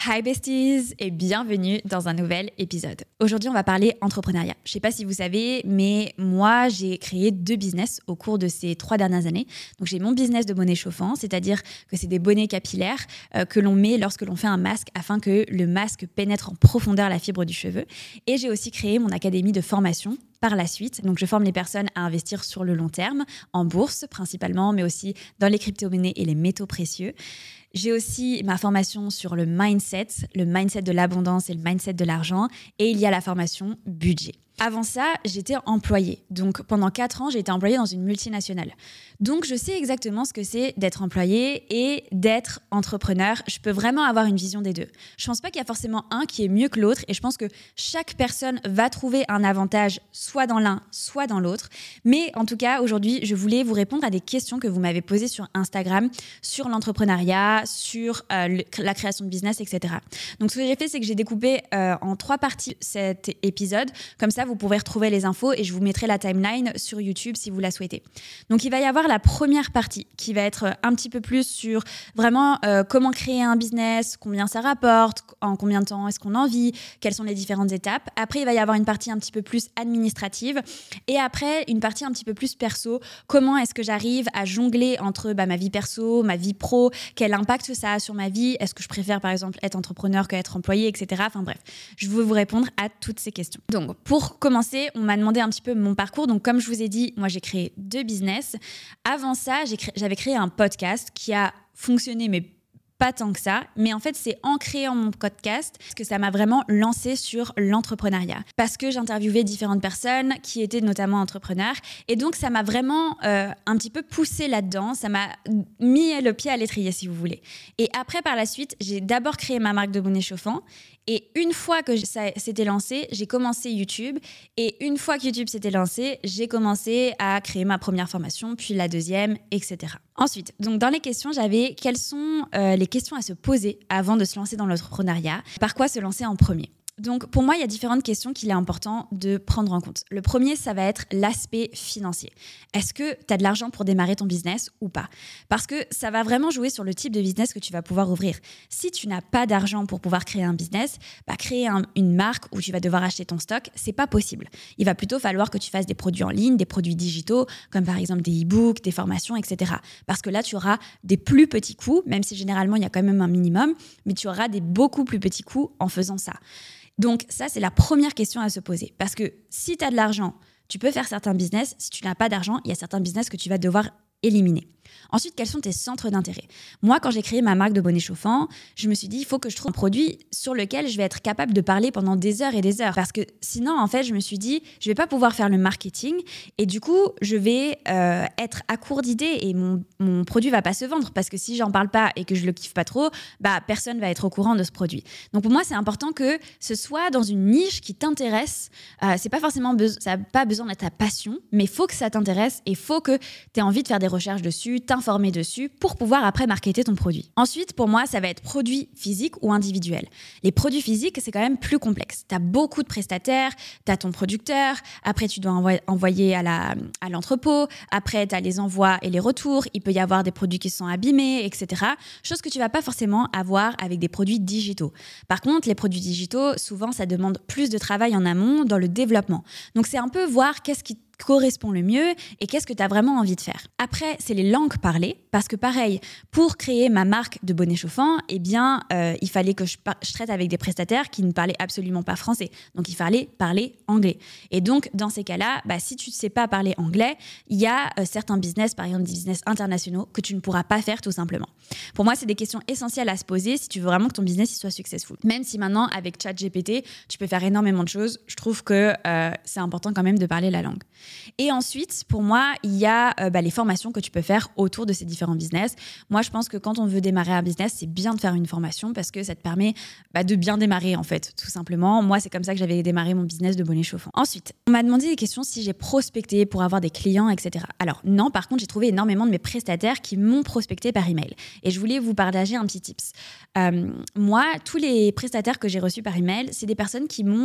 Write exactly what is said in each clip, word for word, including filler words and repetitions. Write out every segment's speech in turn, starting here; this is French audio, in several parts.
Hi besties et bienvenue dans un nouvel épisode. Aujourd'hui, on va parler entrepreneuriat. Je ne sais pas si vous savez, mais moi, j'ai créé deux business au cours de ces trois dernières années. Donc, j'ai mon business de bonnets chauffants, c'est-à-dire que c'est des bonnets capillaires euh, que l'on met lorsque l'on fait un masque afin que le masque pénètre en profondeur la fibre du cheveu. Et j'ai aussi créé mon académie de formation par la suite. Donc, je forme les personnes à investir sur le long terme, en bourse principalement, mais aussi dans les crypto-monnaies et les métaux précieux. J'ai aussi ma formation sur le mindset, le mindset de l'abondance et le mindset de l'argent. Et il y a la formation budget. Avant ça, j'étais employée. Donc, pendant quatre ans, j'ai été employée dans une multinationale. Donc, je sais exactement ce que c'est d'être employée et d'être entrepreneur. Je peux vraiment avoir une vision des deux. Je ne pense pas qu'il y a forcément un qui est mieux que l'autre. Et je pense que chaque personne va trouver un avantage soit dans l'un, soit dans l'autre. Mais en tout cas, aujourd'hui, je voulais vous répondre à des questions que vous m'avez posées sur Instagram, sur l'entrepreneuriat, sur euh, le, la création de business, et cetera. Donc, ce que j'ai fait, c'est que j'ai découpé euh, en trois parties cet épisode. Comme ça, vous pourrez retrouver les infos et je vous mettrai la timeline sur YouTube si vous la souhaitez. Donc, il va y avoir la première partie qui va être un petit peu plus sur vraiment euh, comment créer un business, combien ça rapporte, en combien de temps est-ce qu'on en vit, quelles sont les différentes étapes. Après, il va y avoir une partie un petit peu plus administrative et après, une partie un petit peu plus perso. Comment est-ce que j'arrive à jongler entre bah, ma vie perso, ma vie pro, quel impact ça a sur ma vie, est-ce que je préfère par exemple être entrepreneur qu'être employé, et cetera. Enfin bref, je veux vous répondre à toutes ces questions. Donc, pour commencer, on m'a demandé un petit peu mon parcours. Donc, comme je vous ai dit, moi, j'ai créé deux business. Avant ça, j'ai créé, j'avais créé un podcast qui a fonctionné, mais pas tant que ça. Mais en fait, c'est en créant mon podcast que ça m'a vraiment lancé sur l'entrepreneuriat. Parce que j'interviewais différentes personnes qui étaient notamment entrepreneurs. Et donc, ça m'a vraiment euh, un petit peu poussé là-dedans. Ça m'a mis le pied à l'étrier, si vous voulez. Et après, par la suite, j'ai d'abord créé ma marque de bonnets chauffants. Et une fois que ça s'était lancé, j'ai commencé YouTube. Et une fois que YouTube s'était lancé, j'ai commencé à créer ma première formation, puis la deuxième, et cetera. Ensuite, donc dans les questions, j'avais quelles sont euh, les questions à se poser avant de se lancer dans l'entrepreneuriat. Par quoi se lancer en premier ? Donc, pour moi, il y a différentes questions qu'il est important de prendre en compte. Le premier, ça va être l'aspect financier. Est-ce que tu as de l'argent pour démarrer ton business ou pas ? Parce que ça va vraiment jouer sur le type de business que tu vas pouvoir ouvrir. Si tu n'as pas d'argent pour pouvoir créer un business, bah, créer un, une marque où tu vas devoir acheter ton stock, c'est pas possible. Il va plutôt falloir que tu fasses des produits en ligne, des produits digitaux, comme par exemple des e-books, des formations, et cetera. Parce que là, tu auras des plus petits coûts, même si généralement, il y a quand même un minimum, mais tu auras des beaucoup plus petits coûts en faisant ça. Donc ça, c'est la première question à se poser. Parce que si tu as de l'argent, tu peux faire certains business. Si tu n'as pas d'argent, il y a certains business que tu vas devoir éliminer. Ensuite, quels sont tes centres d'intérêt ? Moi, quand j'ai créé ma marque de bonnets chauffants, je me suis dit, il faut que je trouve un produit sur lequel je vais être capable de parler pendant des heures et des heures. Parce que sinon, en fait, je me suis dit, je vais pas pouvoir faire le marketing et du coup, je vais euh, être à court d'idées et mon, mon produit va pas se vendre. Parce que si j'en parle pas et que je le kiffe pas trop, bah, personne va être au courant de ce produit. Donc pour moi, c'est important que ce soit dans une niche qui t'intéresse. Euh, c'est pas forcément be- ça n'a pas besoin d'être ta passion, mais il faut que ça t'intéresse et il faut que tu aies envie de faire des recherches dessus, t'informer dessus pour pouvoir après marketer ton produit. Ensuite, pour moi, ça va être produit physique ou individuel. Les produits physiques, c'est quand même plus complexe. Tu as beaucoup de prestataires, tu as ton producteur, après tu dois envoyer, envoyer à, la, à l'entrepôt, après tu as les envois et les retours, il peut y avoir des produits qui sont abîmés, et cetera. Chose que tu vas pas forcément avoir avec des produits digitaux. Par contre, les produits digitaux, souvent, ça demande plus de travail en amont dans le développement. Donc, c'est un peu voir qu'est-ce qui correspond le mieux et qu'est-ce que tu as vraiment envie de faire. Après, c'est les langues parlées, parce que pareil, pour créer ma marque de bonnets chauffants, eh bien, euh, il fallait que je, par- je traite avec des prestataires qui ne parlaient absolument pas français. Donc, il fallait parler anglais. Et donc, dans ces cas-là, bah, si tu ne sais pas parler anglais, il y a euh, certains business, par exemple des business internationaux, que tu ne pourras pas faire tout simplement. Pour moi, c'est des questions essentielles à se poser si tu veux vraiment que ton business il soit successful. Même si maintenant, avec ChatGPT, tu peux faire énormément de choses, je trouve que euh, c'est important quand même de parler la langue. Et ensuite, pour moi, il y a euh, bah, les formations que tu peux faire autour de ces différents business. Moi, je pense que quand on veut démarrer un business, c'est bien de faire une formation parce que ça te permet bah, de bien démarrer, en fait, tout simplement. Moi, c'est comme ça que j'avais démarré mon business de bonnets chauffants. Ensuite, on m'a demandé des questions si j'ai prospecté pour avoir des clients, et cetera. Alors non, par contre, j'ai trouvé énormément de mes prestataires qui m'ont prospecté par email. Et je voulais vous partager un petit tips. Euh, moi, tous les prestataires que j'ai reçus par email, c'est des personnes qui m'ont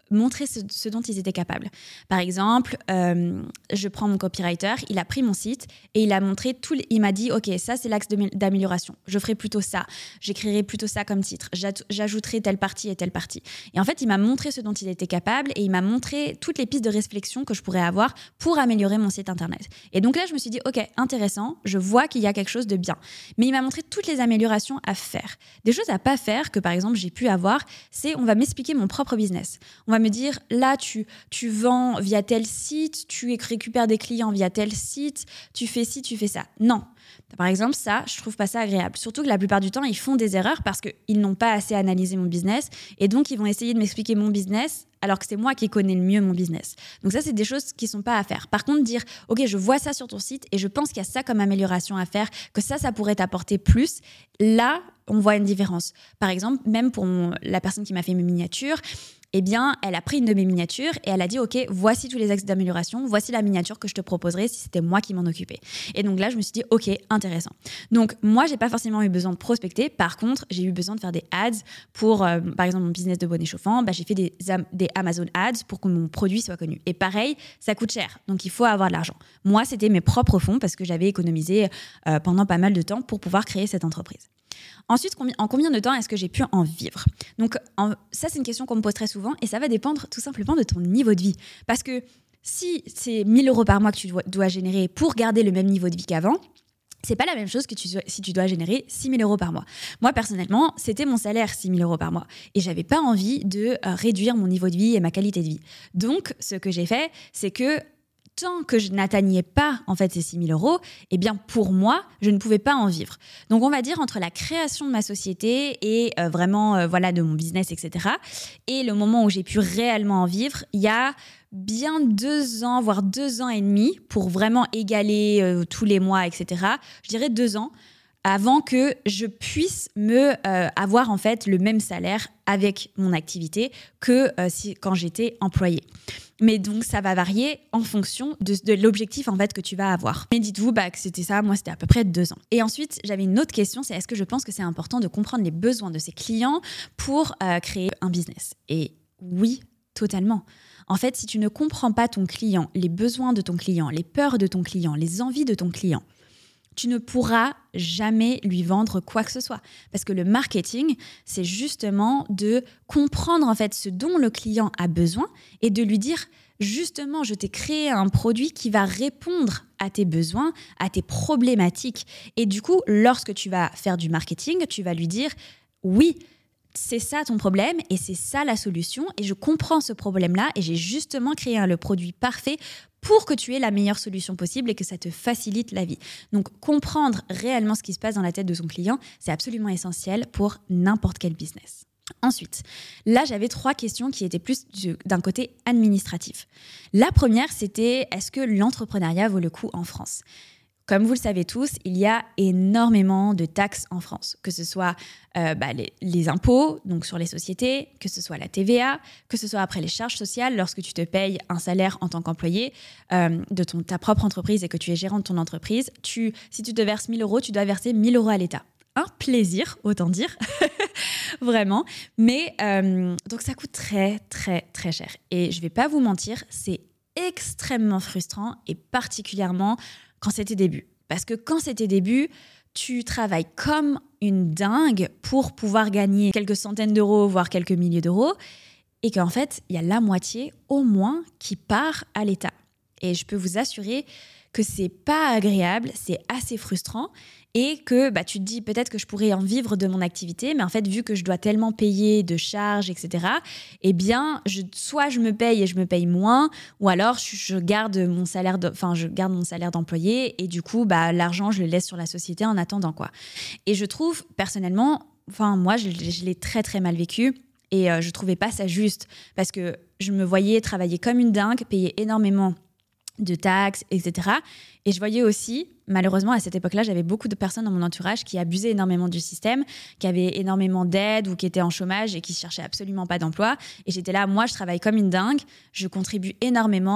montrer ce, ce dont ils étaient capables. Par exemple, euh, je prends mon copywriter, il a pris mon site et il a montré tout, les, il m'a dit, ok, ça c'est l'axe de, d'amélioration, je ferai plutôt ça, j'écrirai plutôt ça comme titre, j'ajouterai telle partie et telle partie. Et en fait, il m'a montré ce dont il était capable et il m'a montré toutes les pistes de réflexion que je pourrais avoir pour améliorer mon site internet. Et donc là, je me suis dit, ok, intéressant, je vois qu'il y a quelque chose de bien. Mais il m'a montré toutes les améliorations à faire. Des choses à pas faire que par exemple j'ai pu avoir, c'est on va m'expliquer mon propre business. On va me dire, là, tu, tu vends via tel site, tu récupères des clients via tel site, tu fais ci, tu fais ça. Non. Par exemple, ça, je trouve pas ça agréable. Surtout que la plupart du temps, ils font des erreurs parce qu'ils n'ont pas assez analysé mon business et donc ils vont essayer de m'expliquer mon business alors que c'est moi qui connais le mieux mon business. Donc ça, c'est des choses qui sont pas à faire. Par contre, dire, ok, je vois ça sur ton site et je pense qu'il y a ça comme amélioration à faire, que ça, ça pourrait t'apporter plus. Là, on voit une différence. Par exemple, même pour mon, la personne qui m'a fait mes miniatures, eh bien, elle a pris une de mes miniatures et elle a dit, ok, voici tous les axes d'amélioration, voici la miniature que je te proposerais si c'était moi qui m'en occupais. Et donc là, je me suis dit, ok, intéressant. Donc moi, j'ai pas forcément eu besoin de prospecter. Par contre, j'ai eu besoin de faire des ads pour, euh, par exemple, mon business de bonnet chauffant. Bah, j'ai fait des, des Amazon ads pour que mon produit soit connu. Et pareil, ça coûte cher. Donc il faut avoir de l'argent. Moi, c'était mes propres fonds parce que j'avais économisé euh, pendant pas mal de temps pour pouvoir créer cette entreprise. Ensuite, en combien de temps est-ce que j'ai pu en vivre ? Donc, en, ça, c'est une question qu'on me pose très souvent et ça va dépendre tout simplement de ton niveau de vie. Parce que si c'est mille euros par mois que tu dois, dois générer pour garder le même niveau de vie qu'avant, c'est pas la même chose que tu, si tu dois générer six mille euros par mois. Moi, personnellement, c'était mon salaire, six mille euros par mois. Et j'avais pas envie de euh, réduire mon niveau de vie et ma qualité de vie. Donc, ce que j'ai fait, c'est que tant que je n'atteignais pas en fait ces six mille euros, eh bien pour moi, je ne pouvais pas en vivre. Donc on va dire entre la création de ma société et euh, vraiment euh, voilà de mon business, et cetera. Et le moment où j'ai pu réellement en vivre, il y a bien deux ans, voire deux ans et demi pour vraiment égaler euh, tous les mois, et cetera. Je dirais deux ans avant que je puisse me euh, avoir en fait le même salaire avec mon activité que euh, si, quand j'étais employée. Mais donc, ça va varier en fonction de, de l'objectif en fait que tu vas avoir. Mais dites-vous bah, que c'était ça, moi, c'était à peu près deux ans. Et ensuite, j'avais une autre question, c'est est-ce que je pense que c'est important de comprendre les besoins de ses clients pour euh, créer un business ? Et oui, totalement. En fait, si tu ne comprends pas ton client, les besoins de ton client, les peurs de ton client, les envies de ton client, tu ne pourras jamais lui vendre quoi que ce soit. Parce que le marketing, c'est justement de comprendre en fait ce dont le client a besoin et de lui dire justement, je t'ai créé un produit qui va répondre à tes besoins, à tes problématiques. Et du coup, lorsque tu vas faire du marketing, tu vas lui dire oui, c'est ça ton problème et c'est ça la solution et je comprends ce problème-là et j'ai justement créé le produit parfait pour que tu aies la meilleure solution possible et que ça te facilite la vie. Donc, comprendre réellement ce qui se passe dans la tête de son client, c'est absolument essentiel pour n'importe quel business. Ensuite, là, j'avais trois questions qui étaient plus du, d'un côté administratif. La première, c'était est-ce que l'entrepreneuriat vaut le coup en France ? Comme vous le savez tous, il y a énormément de taxes en France, que ce soit euh, bah, les, les impôts, donc sur les sociétés, que ce soit la T V A, que ce soit après les charges sociales, lorsque tu te payes un salaire en tant qu'employé euh, de ton, ta propre entreprise et que tu es gérant de ton entreprise, tu, si tu te verses mille euros, tu dois verser mille euros à l'État. Un plaisir, autant dire, vraiment. Mais euh, donc ça coûte très, très, très cher. Et je ne vais pas vous mentir, c'est extrêmement frustrant et particulièrement quand c'est tes débuts. Parce que quand c'est tes débuts, tu travailles comme une dingue pour pouvoir gagner quelques centaines d'euros, voire quelques milliers d'euros, et qu'en fait, il y a la moitié au moins qui part à l'État. Et je peux vous assurer que c'est pas agréable, c'est assez frustrant et que bah, tu te dis peut-être que je pourrais en vivre de mon activité, mais en fait, vu que je dois tellement payer de charges, et cetera, eh bien, je, soit je me paye et je me paye moins, ou alors je, je, garde, mon salaire de, enfin, je garde mon salaire d'employé et du coup, bah, l'argent, je le laisse sur la société en attendant, quoi. Et je trouve, personnellement, enfin, moi, je, je l'ai très, très mal vécu. Et euh, je trouvais pas ça juste parce que je me voyais travailler comme une dingue, payer énormément de taxes, et cetera. Et je voyais aussi, malheureusement, à cette époque-là, j'avais beaucoup de personnes dans mon entourage qui abusaient énormément du système, qui avaient énormément d'aides ou qui étaient en chômage et qui ne cherchaient absolument pas d'emploi. Et j'étais là, moi, je travaille comme une dingue, je contribue énormément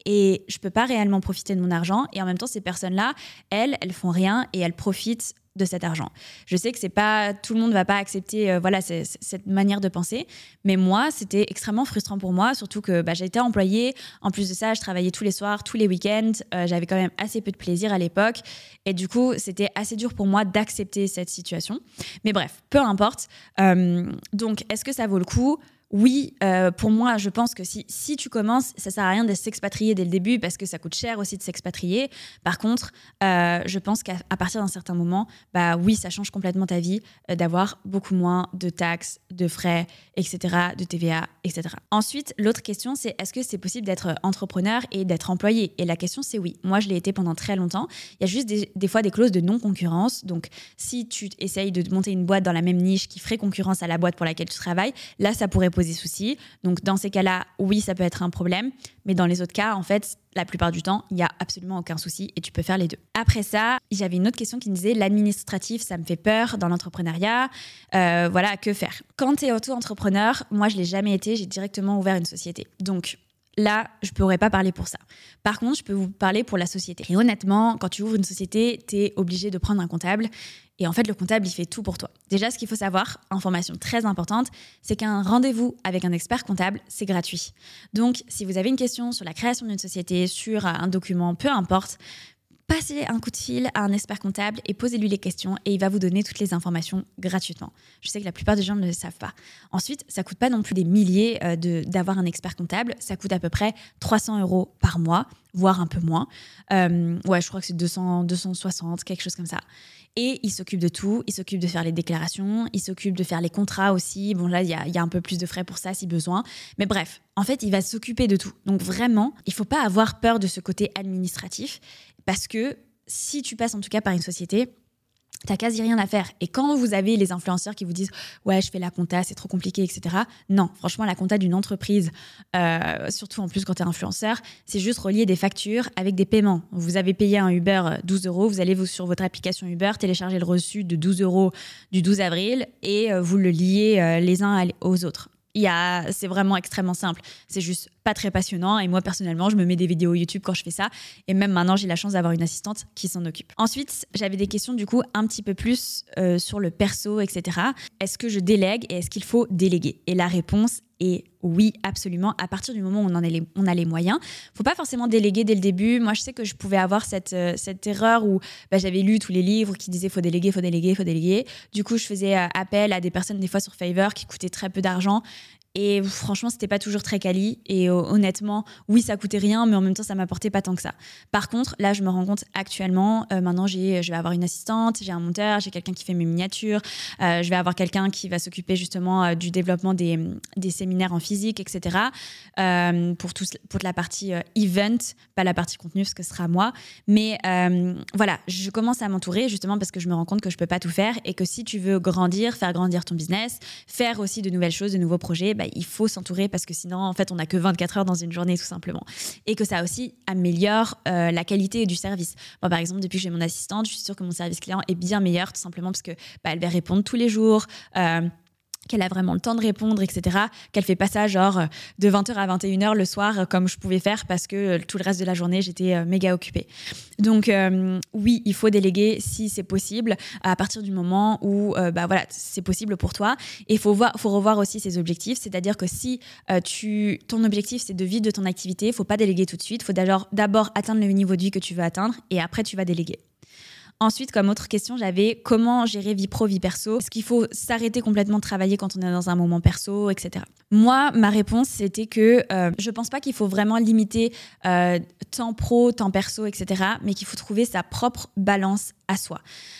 et je peux pas réellement profiter de mon argent. Et en même temps, ces personnes-là, elles, elles font rien et elles profitent de cet argent. Je sais que c'est pas tout le monde va pas accepter euh, voilà c'est, c'est, cette manière de penser, mais moi c'était extrêmement frustrant pour moi, surtout que bah, j'étais employée. En plus de ça, je travaillais tous les soirs, tous les week-ends. Euh, j'avais quand même assez peu de plaisir à l'époque, et du coup c'était assez dur pour moi d'accepter cette situation. Mais bref, peu importe. Euh, donc est-ce que ça vaut le coup ? Oui, euh, pour moi, je pense que si, si tu commences, ça sert à rien de s'expatrier dès le début parce que ça coûte cher aussi de s'expatrier. Par contre, euh, je pense qu'à à partir d'un certain moment, bah oui, ça change complètement ta vie euh, d'avoir beaucoup moins de taxes, de frais, et cetera, de T V A, et cetera. Ensuite, l'autre question, c'est est-ce que c'est possible d'être entrepreneur et d'être employé ? Et la question, c'est oui. Moi, je l'ai été pendant très longtemps. Il y a juste des, des fois des clauses de non-concurrence. Donc, si tu essayes de monter une boîte dans la même niche qui ferait concurrence à la boîte pour laquelle tu travailles, là, ça pourrait poser des soucis. Donc dans ces cas-là, oui, ça peut être un problème, mais dans les autres cas, en fait, la plupart du temps, il n'y a absolument aucun souci et tu peux faire les deux. Après ça, j'avais une autre question qui me disait l'administratif, ça me fait peur dans l'entrepreneuriat. Euh, voilà, que faire ? Quand tu es auto-entrepreneur, moi, je ne l'ai jamais été, j'ai directement ouvert une société. Donc là, je ne pourrais pas parler pour ça. Par contre, je peux vous parler pour la société. Et honnêtement, quand tu ouvres une société, tu es obligé de prendre un comptable. Et en fait, le comptable, il fait tout pour toi. Déjà, ce qu'il faut savoir, information très importante, c'est qu'un rendez-vous avec un expert comptable, c'est gratuit. Donc, si vous avez une question sur la création d'une société, sur un document, peu importe, passez un coup de fil à un expert comptable et posez-lui les questions et il va vous donner toutes les informations gratuitement. Je sais que la plupart des gens ne le savent pas. Ensuite, ça ne coûte pas non plus des milliers euh, de, d'avoir un expert comptable. Ça coûte à peu près trois cents euros par mois, voire un peu moins. Euh, ouais, je crois que c'est deux cents, deux cent soixante, quelque chose comme ça. Et il s'occupe de tout. Il s'occupe de faire les déclarations. Il s'occupe de faire les contrats aussi. Bon, là, il y a, y a un peu plus de frais pour ça si besoin. Mais bref, en fait, il va s'occuper de tout. Donc vraiment, il ne faut pas avoir peur de ce côté administratif parce que si tu passes en tout cas par une société, t'as quasi rien à faire. Et quand vous avez les influenceurs qui vous disent « Ouais, je fais la compta, c'est trop compliqué, et cetera » Non, franchement, la compta d'une entreprise, euh, surtout en plus quand t'es influenceur, c'est juste relier des factures avec des paiements. Vous avez payé un Uber douze euros, vous allez vous, sur votre application Uber télécharger le reçu de douze euros du douze avril et euh, vous le liez euh, les uns aux autres. Il y a, c'est vraiment extrêmement simple. C'est juste pas très passionnant. Et moi, personnellement, je me mets des vidéos YouTube quand je fais ça. Et même maintenant, j'ai la chance d'avoir une assistante qui s'en occupe. Ensuite, j'avais des questions, du coup, un petit peu plus euh, sur le perso, et cetera. Est-ce que je délègue et est-ce qu'il faut déléguer ? Et la réponse est oui, absolument. À partir du moment où on, en a, les, on a les moyens, faut pas forcément déléguer dès le début. Moi, je sais que je pouvais avoir cette, euh, cette erreur où bah, j'avais lu tous les livres qui disaient faut déléguer, faut déléguer, faut déléguer. Du coup, je faisais euh, appel à des personnes, des fois sur Fiverr, qui coûtaient très peu d'argent. Et franchement, c'était pas toujours très quali. Et euh, honnêtement, oui, ça coûtait rien, mais en même temps, ça m'apportait pas tant que ça. Par contre, là, je me rends compte actuellement, euh, maintenant, j'ai, je vais avoir une assistante, j'ai un monteur, j'ai quelqu'un qui fait mes miniatures, euh, je vais avoir quelqu'un qui va s'occuper justement euh, du développement des, des séminaires en physique, et cetera. Euh, pour, tout, pour la partie euh, event, pas la partie contenu, parce que ce sera moi. Mais euh, voilà, je commence à m'entourer justement parce que je me rends compte que je peux pas tout faire et que si tu veux grandir, faire grandir ton business, faire aussi de nouvelles choses, de nouveaux projets, bah, il faut s'entourer parce que sinon, en fait, on n'a que vingt-quatre heures dans une journée, tout simplement. Et que ça aussi améliore euh, la qualité du service. Moi, par exemple, depuis que j'ai mon assistante, je suis sûre que mon service client est bien meilleur, tout simplement parce que bah, elle va répondre tous les jours, euh, qu'elle a vraiment le temps de répondre, et cetera, qu'elle fait pas ça genre de vingt heures à vingt et une heures le soir comme je pouvais faire parce que tout le reste de la journée, j'étais méga occupée. Donc euh, oui, il faut déléguer si c'est possible à partir du moment où euh, bah, voilà, c'est possible pour toi. Et il faut, faut revoir aussi ses objectifs, c'est-à-dire que si euh, tu, ton objectif c'est de vivre de ton activité, il faut pas déléguer tout de suite, il faut d'abord, d'abord atteindre le niveau de vie que tu veux atteindre et après tu vas déléguer. Ensuite, comme autre question, j'avais comment gérer vie pro, vie perso ? Est-ce qu'il faut s'arrêter complètement de travailler quand on est dans un moment perso, et cetera. Moi, ma réponse, c'était que euh, je pense pas qu'il faut vraiment limiter euh, temps pro, temps perso, et cetera, mais qu'il faut trouver sa propre balance à soi.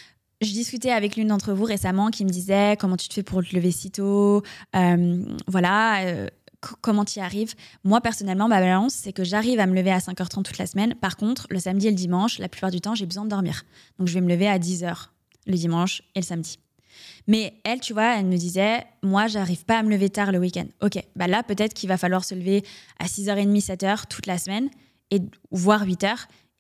Je discutais avec l'une d'entre vous récemment qui me disait comment tu te fais pour te lever si tôt, euh, voilà... Euh, comment tu y arrives ? Moi, personnellement, ma balance, c'est que j'arrive à me lever à cinq heures trente toute la semaine. Par contre, le samedi et le dimanche, la plupart du temps, j'ai besoin de dormir. Donc, je vais me lever à dix heures le dimanche et le samedi. Mais elle, tu vois, elle me disait, moi, j'arrive pas à me lever tard le week-end. Ok, bah là, peut-être qu'il va falloir se lever à six heures trente, sept heures toute la semaine, et, voire huit heures.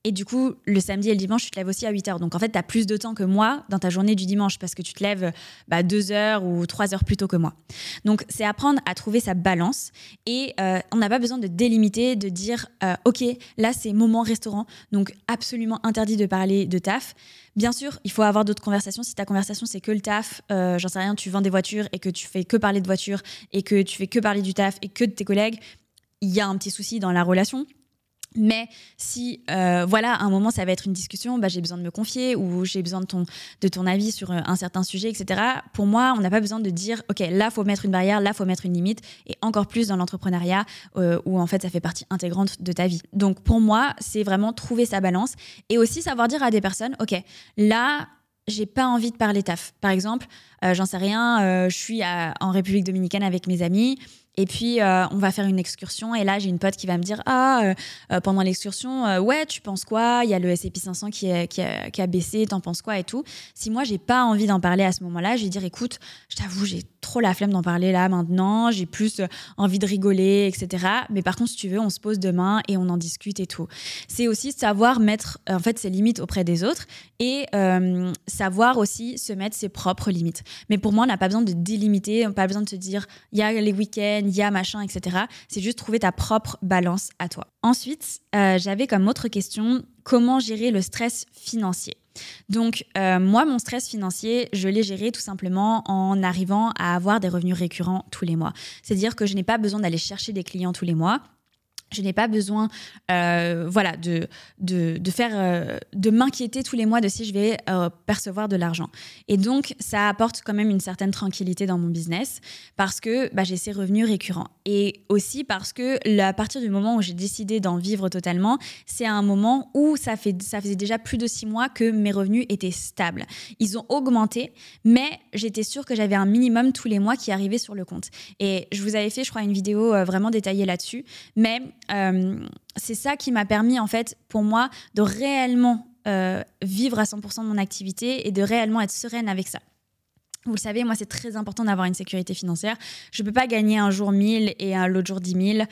Et du coup, le samedi et le dimanche, tu te lèves aussi à huit heures. Donc en fait, tu as plus de temps que moi dans ta journée du dimanche parce que tu te lèves bah, deux heures ou trois heures plus tôt que moi. Donc c'est apprendre à trouver sa balance et euh, on n'a pas besoin de délimiter, de dire euh, « Ok, là c'est moment restaurant, donc absolument interdit de parler de taf ». Bien sûr, il faut avoir d'autres conversations. Si ta conversation, c'est que le taf, euh, j'en sais rien, tu vends des voitures et que tu fais que parler de voitures et que tu fais que parler du taf et que de tes collègues, il y a un petit souci dans la relation. Mais si, euh, voilà, à un moment, ça va être une discussion, bah, j'ai besoin de me confier ou j'ai besoin de ton, de ton avis sur un certain sujet, et cetera. Pour moi, on n'a pas besoin de dire, OK, là, il faut mettre une barrière, là, il faut mettre une limite. Et encore plus dans l'entrepreneuriat euh, où, en fait, ça fait partie intégrante de ta vie. Donc, pour moi, c'est vraiment trouver sa balance et aussi savoir dire à des personnes, OK, là, j'ai pas envie de parler taf. Par exemple, euh, j'en sais rien, euh, je suis à, en République dominicaine avec mes amis. Et puis, euh, on va faire une excursion. Et là, j'ai une pote qui va me dire « Ah, euh, pendant l'excursion, euh, ouais, tu penses quoi ? Il y a le S and P cinq cents qui, est, qui, a, qui a baissé, t'en penses quoi ?» et tout. Si moi, j'ai pas envie d'en parler à ce moment-là, je vais dire « Écoute, je t'avoue, j'ai trop la flemme d'en parler là, maintenant. J'ai plus envie de rigoler, et cetera. Mais par contre, si tu veux, on se pose demain et on en discute et tout. » C'est aussi savoir mettre, en fait, ses limites auprès des autres et euh, savoir aussi se mettre ses propres limites. Mais pour moi, on n'a pas besoin de délimiter, on n'a pas besoin de se dire « Il y a les week-ends, il y a machin, et cetera » C'est juste trouver ta propre balance à toi. Ensuite, euh, j'avais comme autre question, comment gérer le stress financier ? Donc, euh, moi, mon stress financier, je l'ai géré tout simplement en arrivant à avoir des revenus récurrents tous les mois. C'est-à-dire que je n'ai pas besoin d'aller chercher des clients tous les mois. Je n'ai pas besoin euh, voilà, de, de, de, faire, euh, de m'inquiéter tous les mois de si je vais euh, percevoir de l'argent. Et donc, ça apporte quand même une certaine tranquillité dans mon business parce que bah, j'ai ces revenus récurrents. Et aussi parce que là, à partir du moment où j'ai décidé d'en vivre totalement, c'est un moment où ça, fait, ça faisait déjà plus de six mois que mes revenus étaient stables. Ils ont augmenté, mais j'étais sûre que j'avais un minimum tous les mois qui arrivait sur le compte. Et je vous avais fait, je crois, une vidéo euh, vraiment détaillée là-dessus. Mais Euh, c'est ça qui m'a permis, en fait, pour moi, de réellement euh, vivre à cent pour cent de mon activité et de réellement être sereine avec ça. Vous le savez, moi, c'est très important d'avoir une sécurité financière. Je ne peux pas gagner un jour mille et l'autre jour dix mille,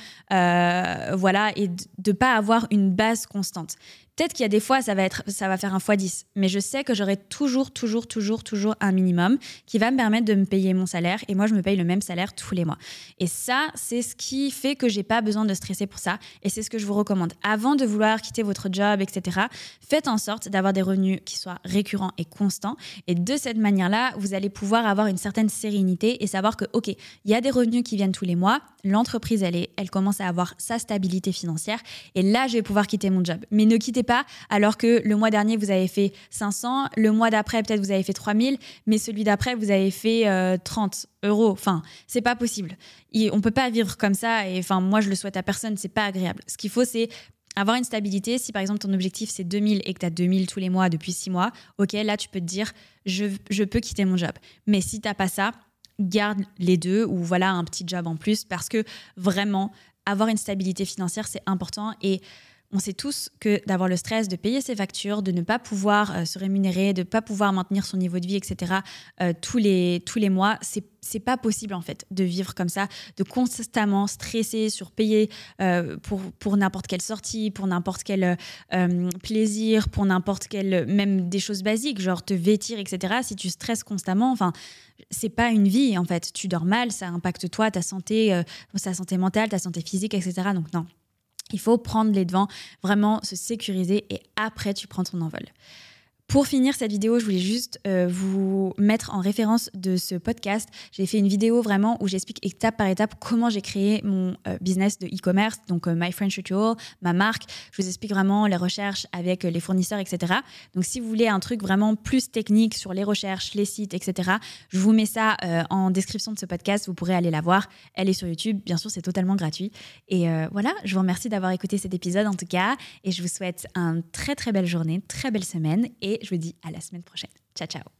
euh, voilà, et de ne pas avoir une base constante. Peut-être qu'il y a des fois, ça va, être, ça va faire un fois dix, mais je sais que j'aurai toujours, toujours, toujours, toujours un minimum qui va me permettre de me payer mon salaire. Et moi, je me paye le même salaire tous les mois. Et ça, c'est ce qui fait que je n'ai pas besoin de stresser pour ça. Et c'est ce que je vous recommande. Avant de vouloir quitter votre job, et cetera, faites en sorte d'avoir des revenus qui soient récurrents et constants. Et de cette manière-là, vous allez pouvoir avoir une certaine sérénité et savoir que, OK, il y a des revenus qui viennent tous les mois. L'entreprise, elle, est, elle commence à avoir sa stabilité financière. Et là, je vais pouvoir quitter mon job. Mais ne quittez pas alors que le mois dernier, vous avez fait cinq cents, le mois d'après, peut-être vous avez fait trois mille, mais celui d'après, vous avez fait euh, trente euros. Enfin, c'est pas possible. Et on peut pas vivre comme ça. Et enfin, moi, je le souhaite à personne. C'est pas agréable. Ce qu'il faut, c'est avoir une stabilité. Si par exemple, ton objectif, c'est deux mille et que tu as deux mille tous les mois depuis six mois, OK, là, tu peux te dire, je, je peux quitter mon job. Mais si t'as pas ça, garde les deux ou voilà un petit job en plus parce que vraiment, avoir une stabilité financière, c'est important. Et on sait tous que d'avoir le stress de payer ses factures, de ne pas pouvoir euh, se rémunérer, de ne pas pouvoir maintenir son niveau de vie, et cetera, euh, tous, les, tous les mois, c'est, c'est pas possible en fait de vivre comme ça, de constamment stresser sur payer euh, pour, pour n'importe quelle sortie, pour n'importe quel euh, plaisir, pour n'importe quel, même des choses basiques, genre te vêtir, et cetera. Si tu stresses constamment, enfin, c'est pas une vie en fait. Tu dors mal, ça impacte toi, ta santé, euh, ta santé mentale, ta santé physique, et cetera. Donc non. Il faut prendre les devants, vraiment se sécuriser et après, tu prends ton envol. Pour finir cette vidéo, je voulais juste euh, vous mettre en référence de ce podcast. J'ai fait une vidéo vraiment où j'explique étape par étape comment j'ai créé mon euh, business de e-commerce, donc euh, My French Tutorial, ma marque. Je vous explique vraiment les recherches avec euh, les fournisseurs, et cetera. Donc, si vous voulez un truc vraiment plus technique sur les recherches, les sites, et cetera, je vous mets ça euh, en description de ce podcast. Vous pourrez aller la voir. Elle est sur YouTube. Bien sûr, c'est totalement gratuit. Et euh, voilà, je vous remercie d'avoir écouté cet épisode en tout cas. Et je vous souhaite une très, très belle journée, très belle semaine. Et je vous dis à la semaine prochaine. Ciao, ciao.